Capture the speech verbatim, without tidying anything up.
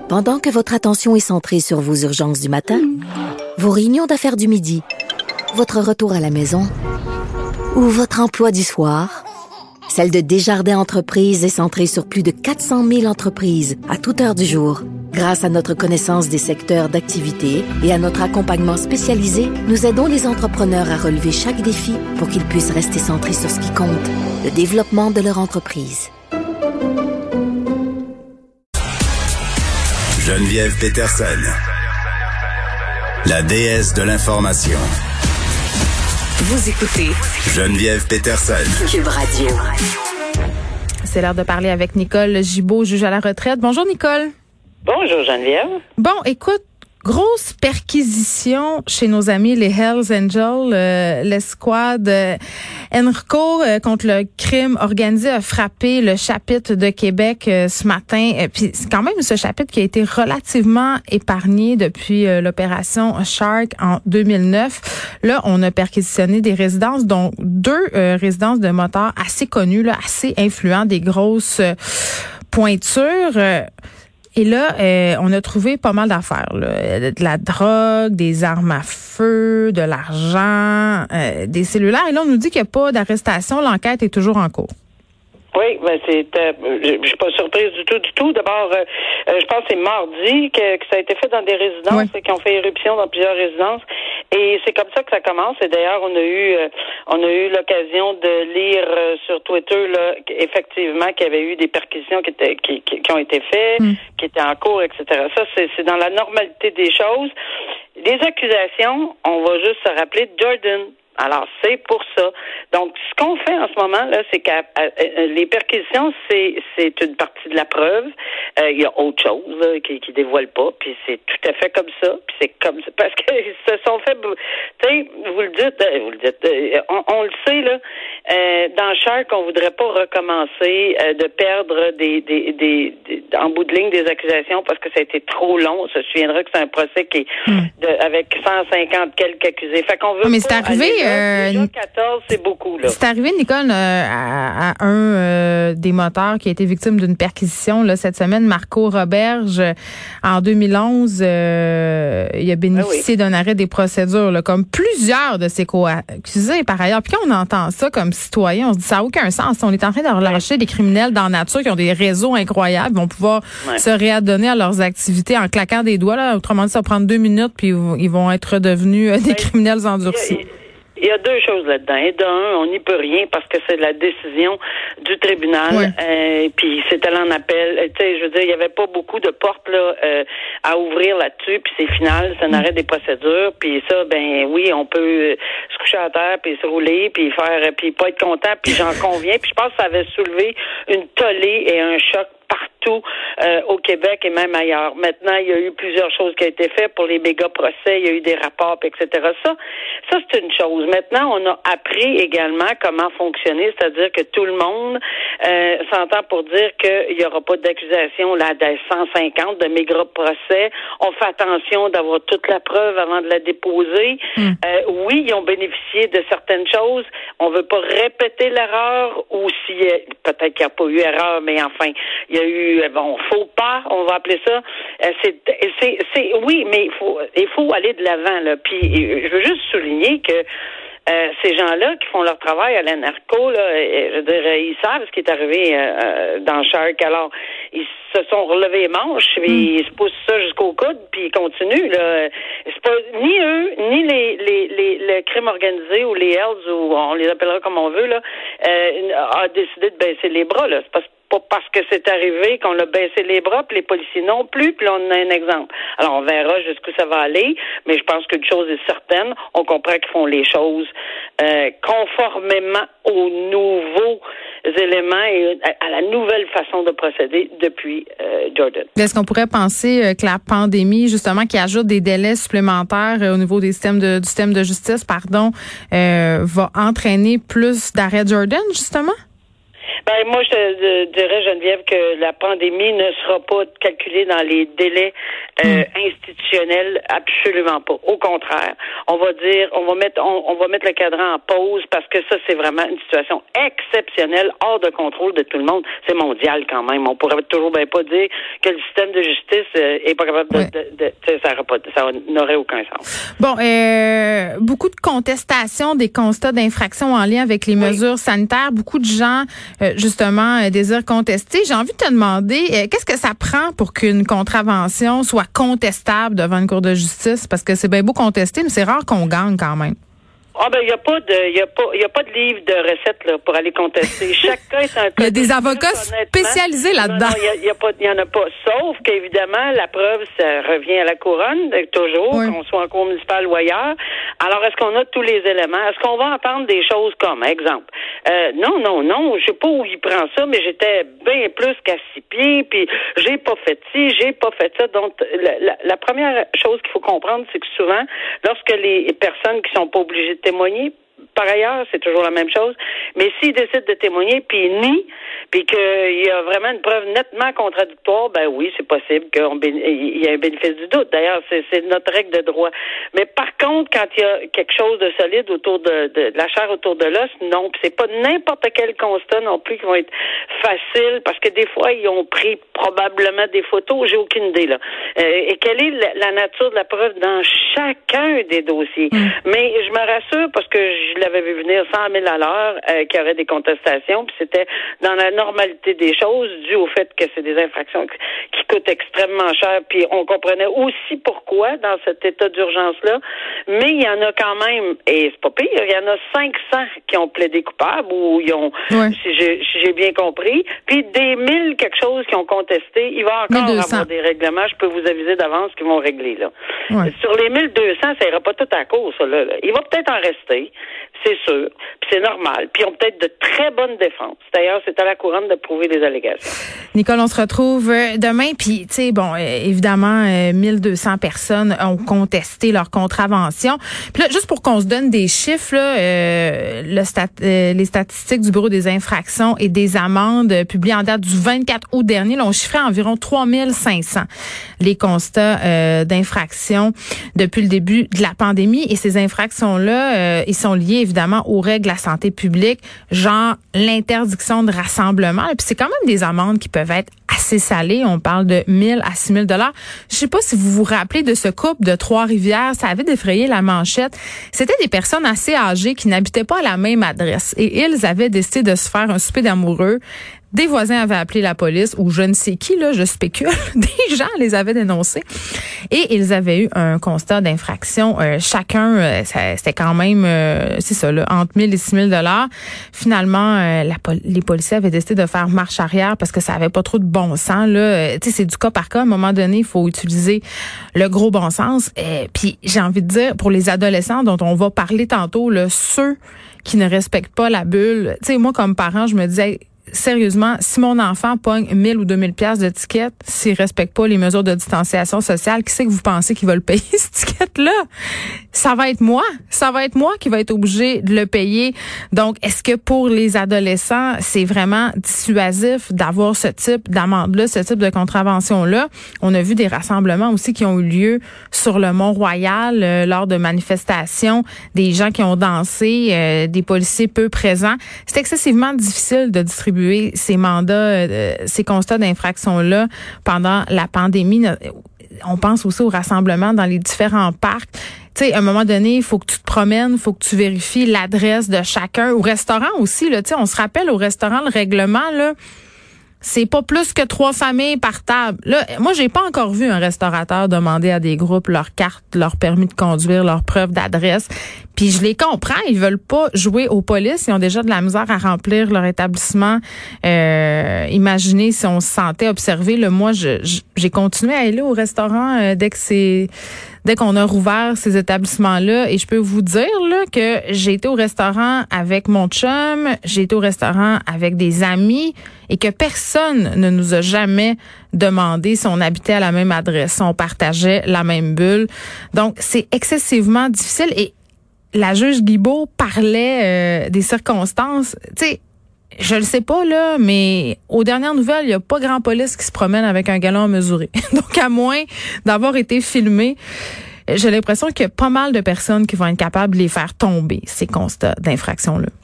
Pendant que votre attention est centrée sur vos urgences du matin, vos réunions d'affaires du midi, votre retour à la maison ou votre emploi du soir, celle de Desjardins Entreprises est centrée sur plus de quatre cent mille entreprises à toute heure du jour. Grâce à notre connaissance des secteurs d'activité et à notre accompagnement spécialisé, nous aidons les entrepreneurs à relever chaque défi pour qu'ils puissent rester centrés sur ce qui compte, le développement de leur entreprise. Geneviève Peterson, la déesse de l'information. Vous écoutez Geneviève Peterson, Cube Radio. C'est l'heure de parler avec Nicole Gibault, juge à la retraite. Bonjour Nicole. Bonjour Geneviève. Bon, écoute, grosse perquisition chez nos amis les Hells Angels, euh, l'escouade euh, Enrico euh, contre le crime organisé a frappé le chapitre de Québec euh, ce matin. Euh, puis c'est quand même ce chapitre qui a été relativement épargné depuis euh, l'opération Shark en deux mille neuf. Là, on a perquisitionné des résidences, dont deux euh, résidences de motards assez connues, là, assez influents, des grosses euh, pointures. Euh, Et là, euh, on a trouvé pas mal d'affaires, là. De la drogue, des armes à feu, de l'argent, euh, des cellulaires. Et là, on nous dit qu'il n'y a pas d'arrestation. L'enquête est toujours en cours. Oui, ben c'est, euh, je, je suis pas surprise du tout, du tout. D'abord, euh, je pense que c'est mardi que, que ça a été fait dans des résidences oui. et qu'ils ont fait éruption dans plusieurs résidences. Et c'est comme ça que ça commence. Et d'ailleurs, on a eu, euh, on a eu l'occasion de lire euh, sur Twitter là, effectivement qu'il y avait eu des perquisitions qui étaient, qui, qui, qui ont été faites, mm. qui étaient en cours, et cetera. Ça, c'est, c'est dans la normalité des choses. Les accusations, on va juste se rappeler Jordan. Alors, c'est pour ça. Donc, ce qu'on fait en ce moment, là, c'est que les perquisitions, c'est c'est une partie de la preuve. Euh, il y a autre chose là, qui qui dévoile pas, puis c'est tout à fait comme ça. Puis c'est comme ça. Parce qu'ils se sont fait... Tu sais, vous le dites, vous le dites, on, on le sait, là, euh, dans Shark, on voudrait pas recommencer euh, de perdre des, des, des, des, en bout de ligne des accusations parce que ça a été trop long. On se souviendra que c'est un procès qui est de, avec cent cinquante quelques accusés. Fait qu'on veut oh, mais pas c'est arrivé... Aller, Euh, déjà quatorze, c'est beaucoup, là. C'est arrivé, Nicole, euh, à, à un euh, des motards qui a été victime d'une perquisition là, cette semaine, Marco Roberge, en deux mille onze. Euh, il a bénéficié ah oui. d'un arrêt des procédures, là, comme plusieurs de ses co-accusés, par ailleurs. Puis quand on entend ça comme citoyen, on se dit ça n'a aucun sens. On est en train de relâcher ouais. des criminels dans la nature qui ont des réseaux incroyables, vont pouvoir ouais. se réadonner à leurs activités en claquant des doigts. Là. Autrement dit, ça va prendre deux minutes, puis ils vont être devenus euh, des ouais. criminels endurcis. Yeah, yeah. Il y a deux choses là-dedans. Et d'un, on n'y peut rien parce que c'est la décision du tribunal. Ouais. Euh, puis c'est allé en appel. Tu sais, je veux dire, il y avait pas beaucoup de portes là euh, à ouvrir là-dessus. Puis c'est final, c'est un arrêt des procédures. Puis ça, ben oui, on peut se coucher à terre, puis se rouler, puis faire, puis pas être content. Puis j'en conviens. Puis je pense que ça avait soulevé une tollée et un choc partout euh, au Québec et même ailleurs. Maintenant, il y a eu plusieurs choses qui ont été faites pour les méga procès. Il y a eu des rapports, et cetera. Ça, ça c'est une chose. Maintenant, on a appris également comment fonctionner, c'est-à-dire que tout le monde euh, s'entend pour dire qu'il n'y aura pas d'accusation là des cent cinquante de méga procès. On fait attention d'avoir toute la preuve avant de la déposer. Mm. Euh, oui, ils ont bénéficié de certaines choses. On veut pas répéter l'erreur ou si peut-être qu'il n'y a pas eu erreur, mais enfin, il y a eu bon faux pas, on va appeler ça. Euh, c'est, c'est, c'est, oui, mais il faut, il faut aller de l'avant là. Puis je veux juste souligner que euh, ces gens-là qui font leur travail à l'Anarco, là, je veux dire, ils savent ce qui est arrivé euh, dans Shark. Alors, ils se sont relevés les manches, puis mm. ils se poussent ça jusqu'au coude, puis ils continuent. Là. C'est pas ni eux, ni les, les, les, le crime organisé ou les Hells, ou on les appellera comme on veut, là, euh, a décidé de baisser les bras. Là. C'est pas pas parce que c'est arrivé qu'on a baissé les bras, puis les policiers non plus, puis là, on a un exemple. Alors, on verra jusqu'où ça va aller, mais je pense qu'une chose est certaine, on comprend qu'ils font les choses euh, conformément aux nouveaux éléments et à la nouvelle façon de procéder depuis euh, Jordan. Est-ce qu'on pourrait penser euh, que la pandémie, justement, qui ajoute des délais supplémentaires euh, au niveau des systèmes de, du système de justice, pardon, euh, va entraîner plus d'arrêts Jordan, justement? Ben, moi, je te dirais, Geneviève, que la pandémie ne sera pas calculée dans les délais euh, mm. institutionnels, absolument pas. Au contraire, on va dire, on va mettre, on, on va mettre le cadran en pause parce que ça, c'est vraiment une situation exceptionnelle, hors de contrôle de tout le monde. C'est mondial quand même. On pourrait toujours bien pas dire que le système de justice euh, est pas capable de, ouais. de, de, de ça, pas, ça n'aurait aucun sens. Bon, euh, beaucoup de contestations des constats d'infraction en lien avec les oui. mesures sanitaires. Beaucoup de gens, euh, justement, euh, désirent contester. J'ai envie de te demander, euh, qu'est-ce que ça prend pour qu'une contravention soit contestable devant une cour de justice? Parce que c'est bien beau contester, mais c'est rare qu'on gagne quand même. Ah ben il y a pas de il y a pas il y a pas de livre de recettes là pour aller contester. Chaque cas est un cas. Il y a des avocats spécialisés là-dedans. Non, non, il y a, y a pas il y en a pas, sauf qu'évidemment la preuve ça revient à la couronne toujours, oui. qu'on soit en cour municipale ou ailleurs. Alors est-ce qu'on a tous les éléments? Est-ce qu'on va entendre des choses comme exemple euh, non non non, je sais pas où il prend ça, mais j'étais bien plus qu'à six pieds, puis j'ai pas fait ci, j'ai pas fait ça. Donc la, la, la première chose qu'il faut comprendre, c'est que souvent lorsque les personnes qui sont pas obligées de témoigner, par ailleurs, c'est toujours la même chose. Mais s'ils décident de témoigner, puis ils nient, puis qu'il y a vraiment une preuve nettement contradictoire, ben oui, c'est possible qu'il y ait un bénéfice du doute. D'ailleurs, c'est, c'est notre règle de droit. Mais par contre, quand il y a quelque chose de solide autour de, de, de la chair autour de l'os, non. Puis c'est pas n'importe quel constat non plus qui vont être faciles, parce que des fois, ils ont pris probablement des photos, j'ai aucune idée, là. Euh, et quelle est la, la nature de la preuve dans chacun des dossiers? Mm. Mais je me rassure, parce que je l'avais vu venir cent mille à l'heure, euh, qu'il y aurait des contestations, puis c'était dans la normalité des choses, dû au fait que c'est des infractions qui, qui coûtent extrêmement cher, puis on comprenait aussi pourquoi dans cet état d'urgence-là, mais il y en a quand même, et c'est pas pire, il y en a cinq cents qui ont plaidé coupable, ou ils ont, ouais. si, j'ai, si j'ai bien compris, puis des mille quelque chose qui ont contesté, il va encore avoir des règlements, je peux vous aviser d'avance qu'ils vont régler, là. Ouais. Sur les mille deux cents, ça ira pas tout à cause, ça, là, là. Il va peut-être en rester, c'est sûr, puis c'est normal. Puis ils ont peut-être de très bonnes défenses. D'ailleurs, c'est à la couronne de prouver les allégations. Nicole, on se retrouve demain. Puis, tu sais, bon, évidemment, mille deux cents personnes ont contesté leur contravention. Puis là, juste pour qu'on se donne des chiffres, là, euh, le stat, euh, les statistiques du Bureau des infractions et des amendes publiées en date du vingt-quatre août dernier, là, on chiffrait à environ trois mille cinq cents les constats euh, d'infraction depuis le début de la pandémie. Et ces infractions-là, euh, ils sont liés évidemment aux règles de la santé publique, genre l'interdiction de rassemblement. Et puis c'est quand même des amendes qui peuvent être assez salées. On parle de mille à six mille dollars. Je sais pas si vous vous rappelez de ce couple de Trois-Rivières. Ça avait défrayé la manchette. C'était des personnes assez âgées qui n'habitaient pas à la même adresse. Et ils avaient décidé de se faire un souper d'amoureux. Des voisins avaient appelé la police, ou je ne sais qui, là, je spécule. Des gens les avaient dénoncés. Et ils avaient eu un constat d'infraction. Euh, chacun, euh, ça, c'était quand même, euh, c'est ça, là, entre mille et six mille dollars. Finalement, euh, la, les policiers avaient décidé de faire marche arrière parce que ça avait pas trop de bon sens, là. Euh, tu sais, c'est du cas par cas. À un moment donné, il faut utiliser le gros bon sens. Euh, Puis, j'ai envie de dire, pour les adolescents dont on va parler tantôt, là, ceux qui ne respectent pas la bulle. Tu sais, moi, comme parent, je me disais, sérieusement, si mon enfant pogne mille ou deux mille piastres de ticket, s'il respecte pas les mesures de distanciation sociale, qui c'est que vous pensez qu'il va le payer, ce ticket-là? Ça va être moi. Ça va être moi qui va être obligé de le payer. Donc, est-ce que pour les adolescents, c'est vraiment dissuasif d'avoir ce type d'amende-là, ce type de contravention-là? On a vu des rassemblements aussi qui ont eu lieu sur le Mont-Royal euh, lors de manifestations, des gens qui ont dansé, euh, des policiers peu présents. C'est excessivement difficile de distribuer ces mandats, euh, ces constats d'infraction-là pendant la pandémie. On pense aussi au rassemblement dans les différents parcs. Tu sais, à un moment donné, il faut que tu te promènes, il faut que tu vérifies l'adresse de chacun. Au restaurant aussi, là, tu sais, on se rappelle au restaurant, le règlement, là, c'est pas plus que trois familles par table. Là, moi, j'ai pas encore vu un restaurateur demander à des groupes leur carte, leur permis de conduire, leur preuve d'adresse. Puis je les comprends, ils veulent pas jouer aux polices, ils ont déjà de la misère à remplir leur établissement. Euh, imaginez si on se sentait observé. Là, moi, je, je, j'ai continué à aller au restaurant euh, dès que c'est dès qu'on a rouvert ces établissements-là. Et je peux vous dire là que j'ai été au restaurant avec mon chum, j'ai été au restaurant avec des amis et que personne ne nous a jamais demandé si on habitait à la même adresse, si on partageait la même bulle. Donc, c'est excessivement difficile. Et la juge Guibault parlait euh, des circonstances. Tu sais, je le sais pas, là, mais aux dernières nouvelles, il n'y a pas grand police qui se promène avec un galon à mesurer. Donc, à moins d'avoir été filmé, j'ai l'impression qu'il y a pas mal de personnes qui vont être capables de les faire tomber, ces constats d'infraction-là.